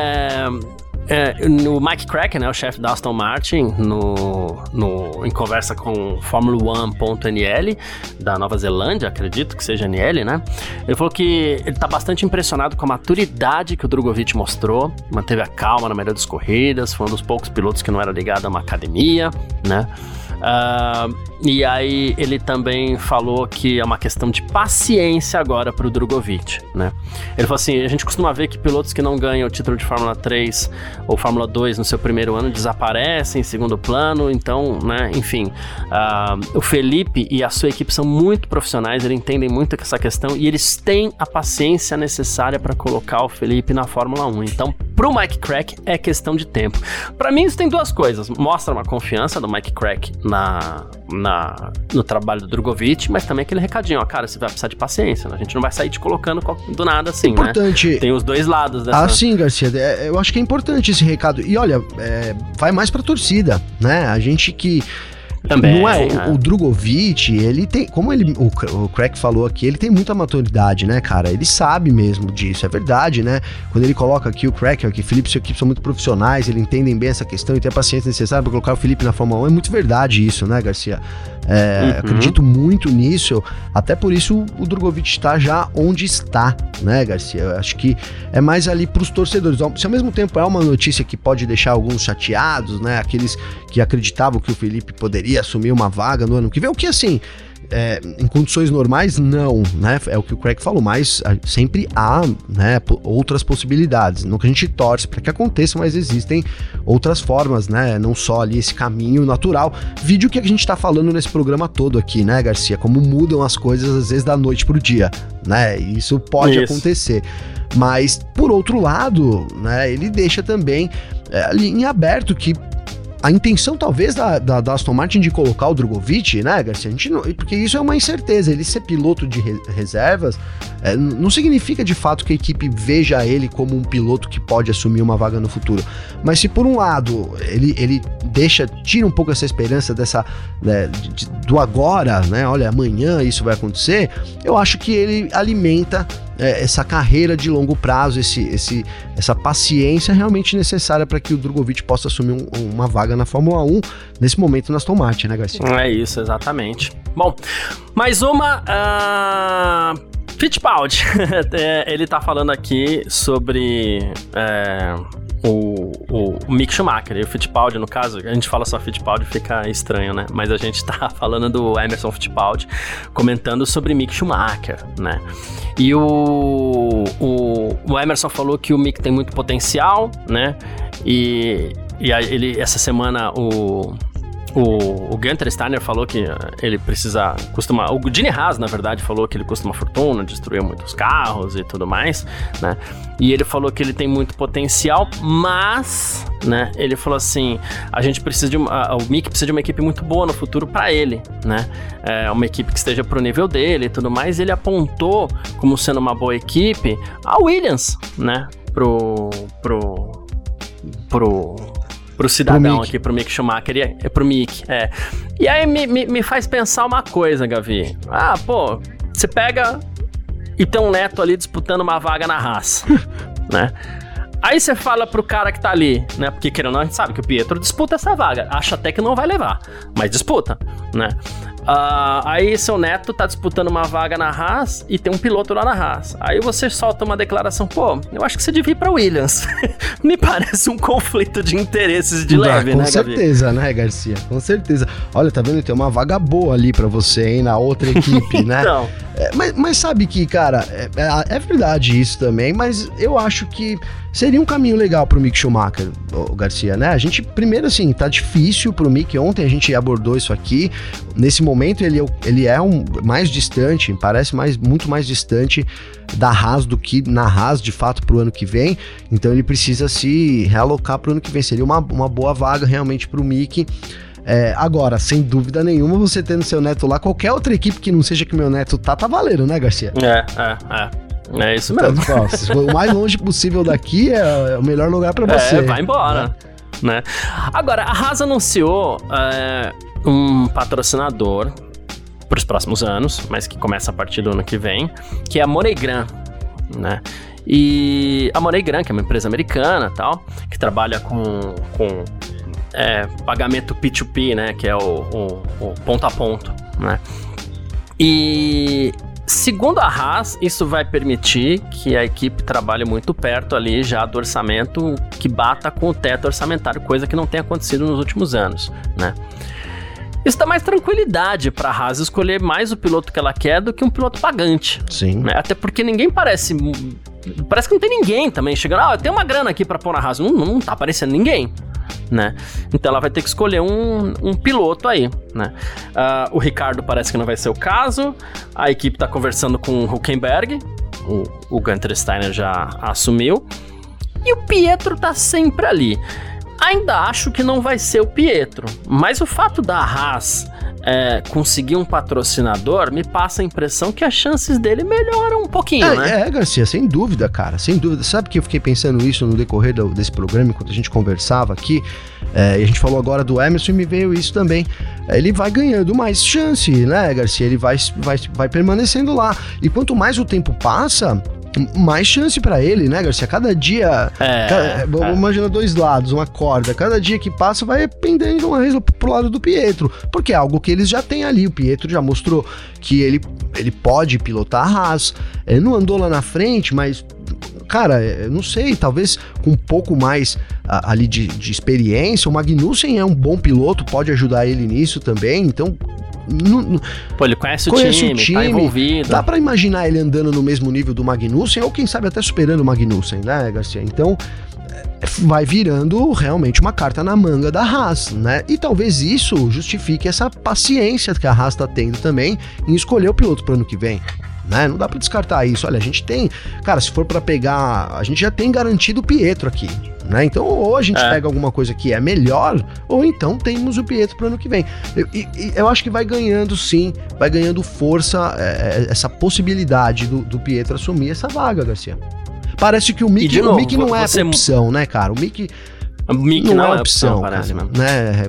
O Mike Crack, né, o chefe da Aston Martin, em conversa com Formula1.nl da Nova Zelândia, acredito que seja NL, né? Ele falou que ele tá bastante impressionado com a maturidade que o Drogovic mostrou, manteve a calma na maioria das corridas, foi um dos poucos pilotos que não era ligado a uma academia, né? E aí ele também falou que é uma questão de paciência agora pro Drogovic, né? Ele falou assim, a gente costuma ver que pilotos que não ganham o título de Fórmula 3 ou Fórmula 2 no seu primeiro ano desaparecem em segundo plano, então, né, enfim, o Felipe e a sua equipe são muito profissionais, eles entendem muito essa questão e eles têm a paciência necessária para colocar o Felipe na Fórmula 1, então pro Mike Crack é questão de tempo. Para mim isso tem 2 coisas, mostra uma confiança do Mike Crack no trabalho do Drogovic, mas também aquele recadinho, ó, cara, você vai precisar de paciência, né? A gente não vai sair te colocando do nada assim, importante, né? Tem os 2 lados dessa... sim, Garcia, eu acho que é importante esse recado, e olha, vai mais pra torcida, né? A gente que... Também, não é, o Drogovic, ele tem, como o Crack falou aqui, ele tem muita maturidade, né, cara? Ele sabe mesmo disso, é verdade, né? Quando ele coloca aqui o Crack, aqui, Felipe e sua equipe são muito profissionais, eles entendem bem essa questão e tem a paciência necessária para colocar o Felipe na Fórmula 1, é muito verdade isso, né, Garcia? Acredito muito nisso, até por isso o Drogovic está já onde está, né, Garcia? Eu acho que é mais ali pros torcedores, se ao mesmo tempo é uma notícia que pode deixar alguns chateados, né, aqueles que acreditavam que o Felipe poderia assumir uma vaga no ano que vem, o que assim, em condições normais não, né, é o que o Craig falou, mas sempre há, né, outras possibilidades, não que a gente torce para que aconteça, mas existem outras formas, né, não só ali esse caminho natural, vídeo que a gente tá falando nesse programa todo aqui, né, Garcia, como mudam as coisas às vezes da noite pro dia, né, e isso pode acontecer, mas por outro lado, né, ele deixa também ali em aberto que a intenção talvez da Aston Martin de colocar o Drogovic, né, Garcia? A gente não, porque isso é uma incerteza, ele ser piloto de reservas não significa de fato que a equipe veja ele como um piloto que pode assumir uma vaga no futuro, mas se por um lado ele tira um pouco essa esperança dessa, né, do agora, né, olha, amanhã isso vai acontecer, eu acho que ele alimenta essa carreira de longo prazo, essa paciência realmente necessária para que o Drogovic possa assumir uma vaga na Fórmula 1 nesse momento na Aston Martin, né, Garcia? É isso, exatamente. Bom, mais uma... Fittipaldi, ele tá falando aqui sobre o Mick Schumacher, e o Fittipaldi, no caso, a gente fala só Fittipaldi, fica estranho, né? Mas a gente tá falando do Emerson Fittipaldi, comentando sobre Mick Schumacher, né? E o Emerson falou que o Mick tem muito potencial, né? E ele, essa semana, o Gunther Steiner falou que ele o Gene Haas, na verdade, falou que ele custa uma fortuna, destruiu muitos carros e tudo mais, né? E ele falou que ele tem muito potencial, mas, né, ele falou assim, a gente precisa o Mick precisa de uma equipe muito boa no futuro pra ele, né? Uma equipe que esteja pro nível dele e tudo mais. Ele apontou como sendo uma boa equipe a Williams, né? Pro cidadão aqui, pro Mick Schumacher, pro Mick, E aí me faz pensar uma coisa, Gavi. Você pega e tem um neto ali disputando uma vaga na Haas, né? Aí você fala pro cara que tá ali, né? Porque querendo ou não, a gente sabe que o Pietro disputa essa vaga. Acha até que não vai levar, mas disputa, né? Aí seu neto tá disputando uma vaga na Haas e tem um piloto lá na Haas. Aí você solta uma declaração, pô, eu acho que você devia ir pra Williams. Me parece um conflito de interesses de leve, né, Com certeza, né, Garcia? Com certeza. Olha, tá vendo? Tem uma vaga boa ali pra você, hein, na outra equipe, né? Então. Mas sabe que, cara, é verdade isso também, mas eu acho que seria um caminho legal pro Mick Schumacher, o Garcia, né? A gente, primeiro assim, tá difícil pro Mick, ontem a gente abordou isso aqui, nesse momento ele é mais distante, parece muito mais distante da Haas do que na Haas, de fato, pro ano que vem, então ele precisa se realocar pro ano que vem, seria uma boa vaga realmente pro Mick. Agora, sem dúvida nenhuma, você tendo seu neto lá, qualquer outra equipe que não seja que meu neto tá valendo, né, Garcia? É isso mesmo. Então, o mais longe possível daqui é o melhor lugar pra você. Vai embora, né? Agora, a Haas anunciou um patrocinador pros próximos anos, mas que começa a partir do ano que vem, que é a MoneyGram, né? E a MoneyGram, que é uma empresa americana, tal, que trabalha com pagamento P2P, né, que é o ponto a ponto, né, e segundo a Haas, isso vai permitir que a equipe trabalhe muito perto ali já do orçamento que bata com o teto orçamentário, coisa que não tem acontecido nos últimos anos, né. Isso dá mais tranquilidade para a Haas escolher mais o piloto que ela quer do que um piloto pagante. Sim. Né? Até porque ninguém parece que não tem ninguém também chegando, tem uma grana aqui para pôr na Haas, não tá aparecendo ninguém. Né? Então ela vai ter que escolher um piloto aí, né? O Ricardo parece que não vai ser o caso. A equipe tá conversando com o Hülkenberg, o Gunther Steiner já assumiu, e o Pietro tá sempre ali. Ainda acho que não vai ser o Pietro, mas o fato da Haas conseguir um patrocinador me passa a impressão que as chances dele melhoram um pouquinho, né? Garcia, sem dúvida, cara, sem dúvida. Sabe que eu fiquei pensando isso no decorrer desse programa, enquanto a gente conversava aqui, e a gente falou agora do Emerson e me veio isso também. Ele vai ganhando mais chance, né, Garcia? Ele vai permanecendo lá. E quanto mais o tempo passa, mais chance pra ele, né, Garcia? Cada dia, imagina dois lados, uma corda, cada dia que passa vai pendendo uma vez pro lado do Pietro, porque é algo que eles já têm ali. O Pietro já mostrou que ele pode pilotar a Haas, ele não andou lá na frente, mas, cara, eu não sei, talvez com um pouco mais ali de experiência. O Magnussen é um bom piloto, pode ajudar ele nisso também, então... Pô, ele conhece o time, tá envolvido. Dá pra imaginar ele andando no mesmo nível do Magnussen, ou quem sabe até superando o Magnussen, né, Garcia? Então, vai virando realmente uma carta na manga da Haas, né? E talvez isso justifique essa paciência que a Haas tá tendo também em escolher o piloto pro ano que vem. Né? Não dá pra descartar isso. Olha, a gente tem... Cara, se for pra pegar... A gente já tem garantido o Pietro aqui, né? Então, ou a gente pega alguma coisa que é melhor, ou então temos o Pietro pro ano que vem. Eu acho que vai ganhando, sim, vai ganhando força essa possibilidade do Pietro assumir essa vaga, Garcia. Parece que o Mick não é opção, né, cara? O Mick não é opção, parece, cara, né?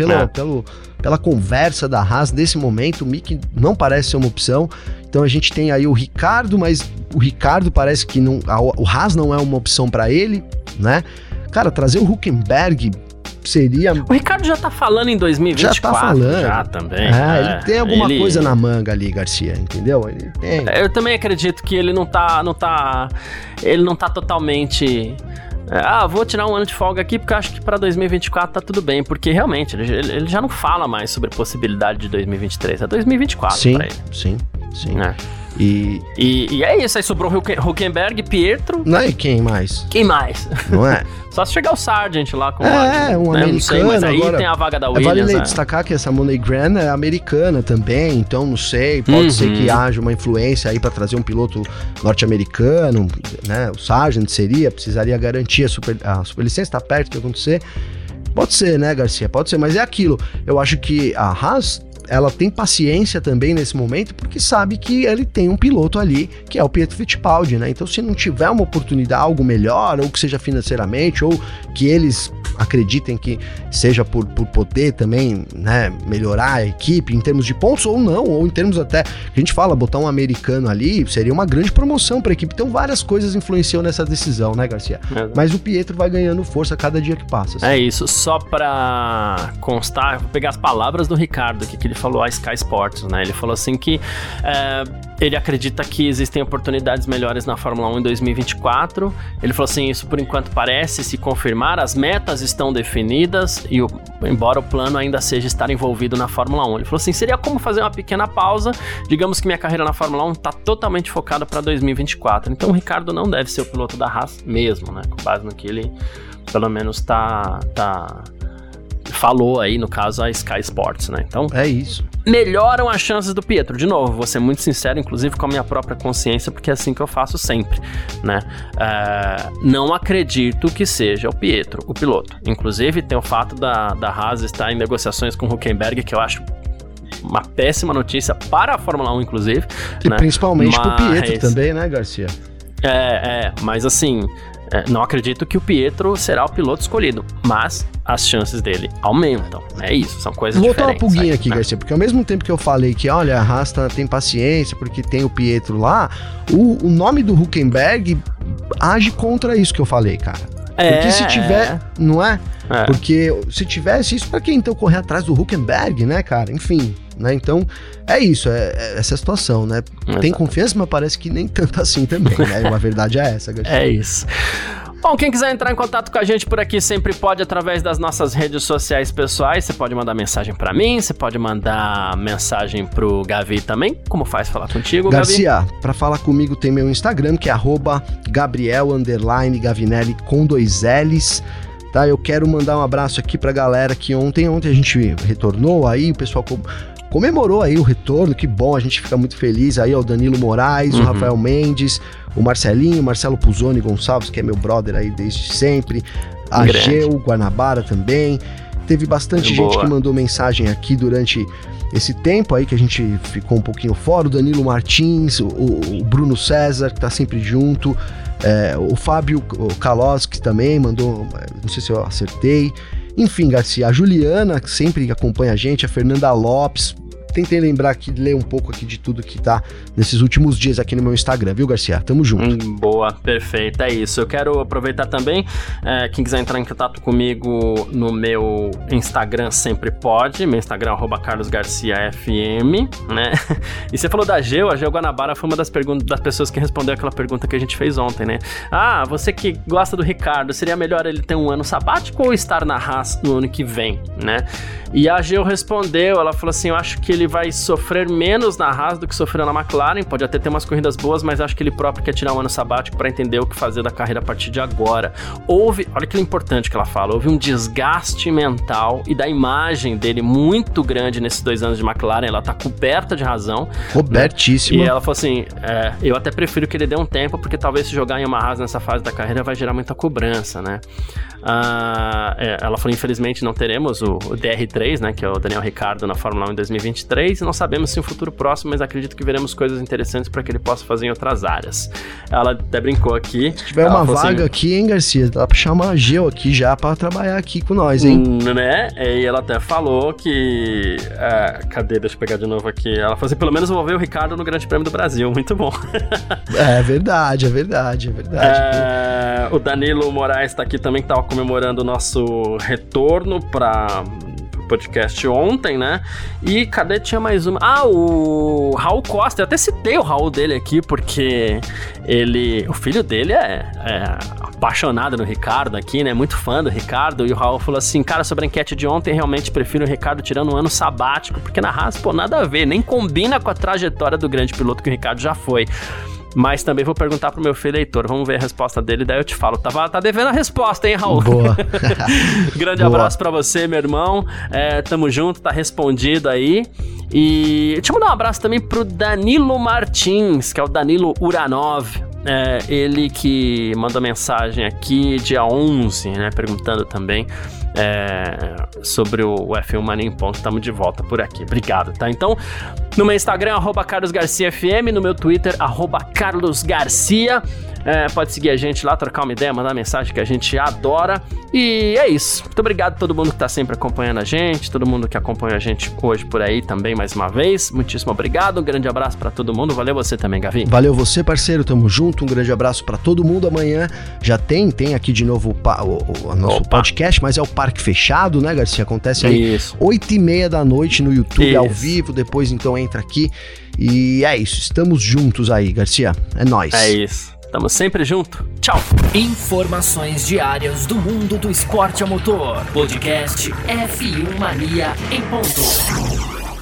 Pela conversa da Haas nesse momento, o Mick não parece ser uma opção. Então a gente tem aí o Ricardo, mas o Ricardo parece que não, o Haas não é uma opção pra ele, né? Cara, trazer o Hülkenberg seria... O Ricardo já tá falando em 2024. Já tá falando. Já também. Ele tem alguma coisa na manga ali, Garcia, entendeu? Ele tem. Eu também acredito que ele não tá totalmente... vou tirar um ano de folga aqui porque eu acho que pra 2024 tá tudo bem, porque realmente ele já não fala mais sobre possibilidade de 2023, é 2024 pra ele. Sim. E é isso, aí sobrou Hülkenberg, Pietro... Não, e quem mais? Não é? Só se chegar o Sargent lá com um americano, não sei, mas aí agora, tem a vaga da Williams. Vale destacar que essa MoneyGram é americana também, então não sei, pode ser que haja uma influência aí pra trazer um piloto norte-americano, né? O Sargent precisaria garantir a superlicença, tá perto de acontecer. Pode ser, né, Garcia? Pode ser, mas é aquilo. Eu acho que a Haas, ela tem paciência também nesse momento, porque sabe que ele tem um piloto ali, que é o Pietro Fittipaldi, né? Então, se não tiver uma oportunidade, algo melhor, ou que seja financeiramente, ou que eles acreditem que seja por poder também, né, melhorar a equipe em termos de pontos ou não, ou em termos até, a gente fala, botar um americano ali seria uma grande promoção para a equipe. Então várias coisas influenciam nessa decisão, né, Garcia? Mas o Pietro vai ganhando força a cada dia que passa. Assim. É isso, só pra constar, vou pegar as palavras do Ricardo aqui, que ele falou a Sky Sports, né? Ele falou assim que ele acredita que existem oportunidades melhores na Fórmula 1 em 2024. Ele falou assim, isso por enquanto parece se confirmar, as metas estão definidas e embora o plano ainda seja estar envolvido na Fórmula 1. Ele falou assim, seria como fazer uma pequena pausa, digamos que minha carreira na Fórmula 1 está totalmente focada para 2024. Então o Ricardo não deve ser o piloto da Haas mesmo, né? Com base no que ele pelo menos falou aí, no caso, a Sky Sports, né? Então, é isso. Melhoram as chances do Pietro. De novo, vou ser muito sincero, inclusive com a minha própria consciência, porque é assim que eu faço sempre, né? Não acredito que seja o Pietro, o piloto. Inclusive, tem o fato da Haas estar em negociações com o Hülkenberg, que eu acho uma péssima notícia para a Fórmula 1, inclusive. E né? Principalmente pro Pietro também, né, Garcia? Mas assim... não acredito que o Pietro será o piloto escolhido, mas as chances dele aumentam. É isso, são coisas diferentes. Vou botar uma pulguinha aqui, né? Garcia, porque ao mesmo tempo que eu falei que, olha, a Haas tem paciência porque tem o Pietro lá, o nome do Hülkenberg age contra isso que eu falei, cara. Porque se tiver, não é? Porque se tivesse isso, pra que então correr atrás do Hülkenberg, né, cara? Enfim, né? Então, é isso, essa situação, né? Tem confiança, mas parece que nem tanto assim também, né? A verdade é essa, Garcia. É isso. Bom, quem quiser entrar em contato com a gente por aqui sempre pode através das nossas redes sociais pessoais. Você pode mandar mensagem pra mim, você pode mandar mensagem pro Gavi também. Como faz falar contigo, Garcia, Gavi? Pra falar comigo tem meu Instagram, que é @Gabriel_Gavinelli com 2 L's. Tá, eu quero mandar um abraço aqui pra galera que ontem a gente retornou aí, o pessoal comemorou aí o retorno, que bom, a gente fica muito feliz aí, o Danilo Moraes, o Rafael Mendes, o Marcelinho, Marcelo Puzoni Gonçalves, que é meu brother aí desde sempre, a Geu, Guanabara também, teve bastante gente que mandou mensagem aqui durante esse tempo aí que a gente ficou um pouquinho fora, o Danilo Martins, o Bruno César, que tá sempre junto, o Fábio Kaloski também mandou, não sei se eu acertei, enfim, Garcia, a Juliana, que sempre acompanha a gente, a Fernanda Lopes, tentei lembrar aqui, ler um pouco aqui de tudo que tá nesses últimos dias aqui no meu Instagram, viu, Garcia? Tamo junto. Boa, perfeito, é isso. Eu quero aproveitar também, quem quiser entrar em contato comigo no meu Instagram sempre pode, meu Instagram é @carlosgarciafm, né? E você falou da Geu, a Geu Guanabara foi uma das pessoas que respondeu aquela pergunta que a gente fez ontem, né? Ah, você que gosta do Ricardo, seria melhor ele ter um ano sabático ou estar na Haas no ano que vem, né? E a Geu respondeu, ela falou assim, eu acho que ele vai sofrer menos na Haas do que sofreu na McLaren, pode até ter umas corridas boas, mas acho que ele próprio quer tirar um ano sabático para entender o que fazer da carreira a partir de agora. Olha que importante que ela fala, houve um desgaste mental e da imagem dele muito grande nesses 2 anos de McLaren, ela tá coberta de razão. Cobertíssima. Né? E ela falou assim, eu até prefiro que ele dê um tempo, porque talvez se jogar em uma Haas nessa fase da carreira vai gerar muita cobrança, né? Ela falou, infelizmente não teremos o DR3, né, que é o Daniel Ricciardo na Fórmula 1 em 2023, e não sabemos se no futuro próximo, mas acredito que veremos coisas interessantes para que ele possa fazer em outras áreas. Ela até brincou aqui. Se tiver uma vaga assim, aqui, hein, Garcia, dá pra chamar a Geu aqui já pra trabalhar aqui com nós, hein? Né? E ela até falou que... cadê? Deixa eu pegar de novo aqui. Ela falou assim, pelo menos eu vou ver o Ricardo no Grande Prêmio do Brasil. Muito bom. É verdade. O Danilo Moraes tá aqui também, que tava comemorando o nosso retorno para o podcast ontem, né? E cadê? Tinha mais uma. O Raul Costa, eu até citei o Raul dele aqui, porque o filho dele é apaixonado no Ricardo aqui, né? Muito fã do Ricardo, e o Raul falou assim, cara, sobre a enquete de ontem, realmente prefiro o Ricardo tirando um ano sabático, porque na Haas, nada a ver, nem combina com a trajetória do grande piloto que o Ricardo já foi. Mas também vou perguntar pro meu filho Heitor, vamos ver a resposta dele, daí eu te falo. Tá devendo a resposta, hein, Raul? Boa. Grande abraço pra você, meu irmão. Tamo junto, tá respondido aí. E deixa eu mandar um abraço também pro Danilo Martins, que é o Danilo Uranov. Ele que mandou mensagem aqui dia 11, né, perguntando também sobre o F1 Mania em Ponto. Estamos de volta por aqui, obrigado, tá? Então, no meu Instagram, @CarlosGarciaFM, no meu Twitter, @CarlosGarcia. Pode seguir a gente lá, trocar uma ideia, mandar mensagem que a gente adora. E é isso. Muito obrigado a todo mundo que tá sempre acompanhando a gente, todo mundo que acompanha a gente hoje por aí também mais uma vez. Muitíssimo obrigado, um grande abraço pra todo mundo. Valeu você também, Gavi. Valeu você, parceiro, tamo junto, um grande abraço pra todo mundo. Amanhã já tem aqui de novo o nosso podcast, mas é o Parque Fechado, né, Garcia? Acontece aí 8h30 da noite no YouTube, ao vivo, depois então entra aqui. E é isso, estamos juntos aí, Garcia. É nóis. É isso, estamos sempre juntos. Tchau. Informações diárias do mundo do esporte a motor. Podcast F1 Mania em ponto.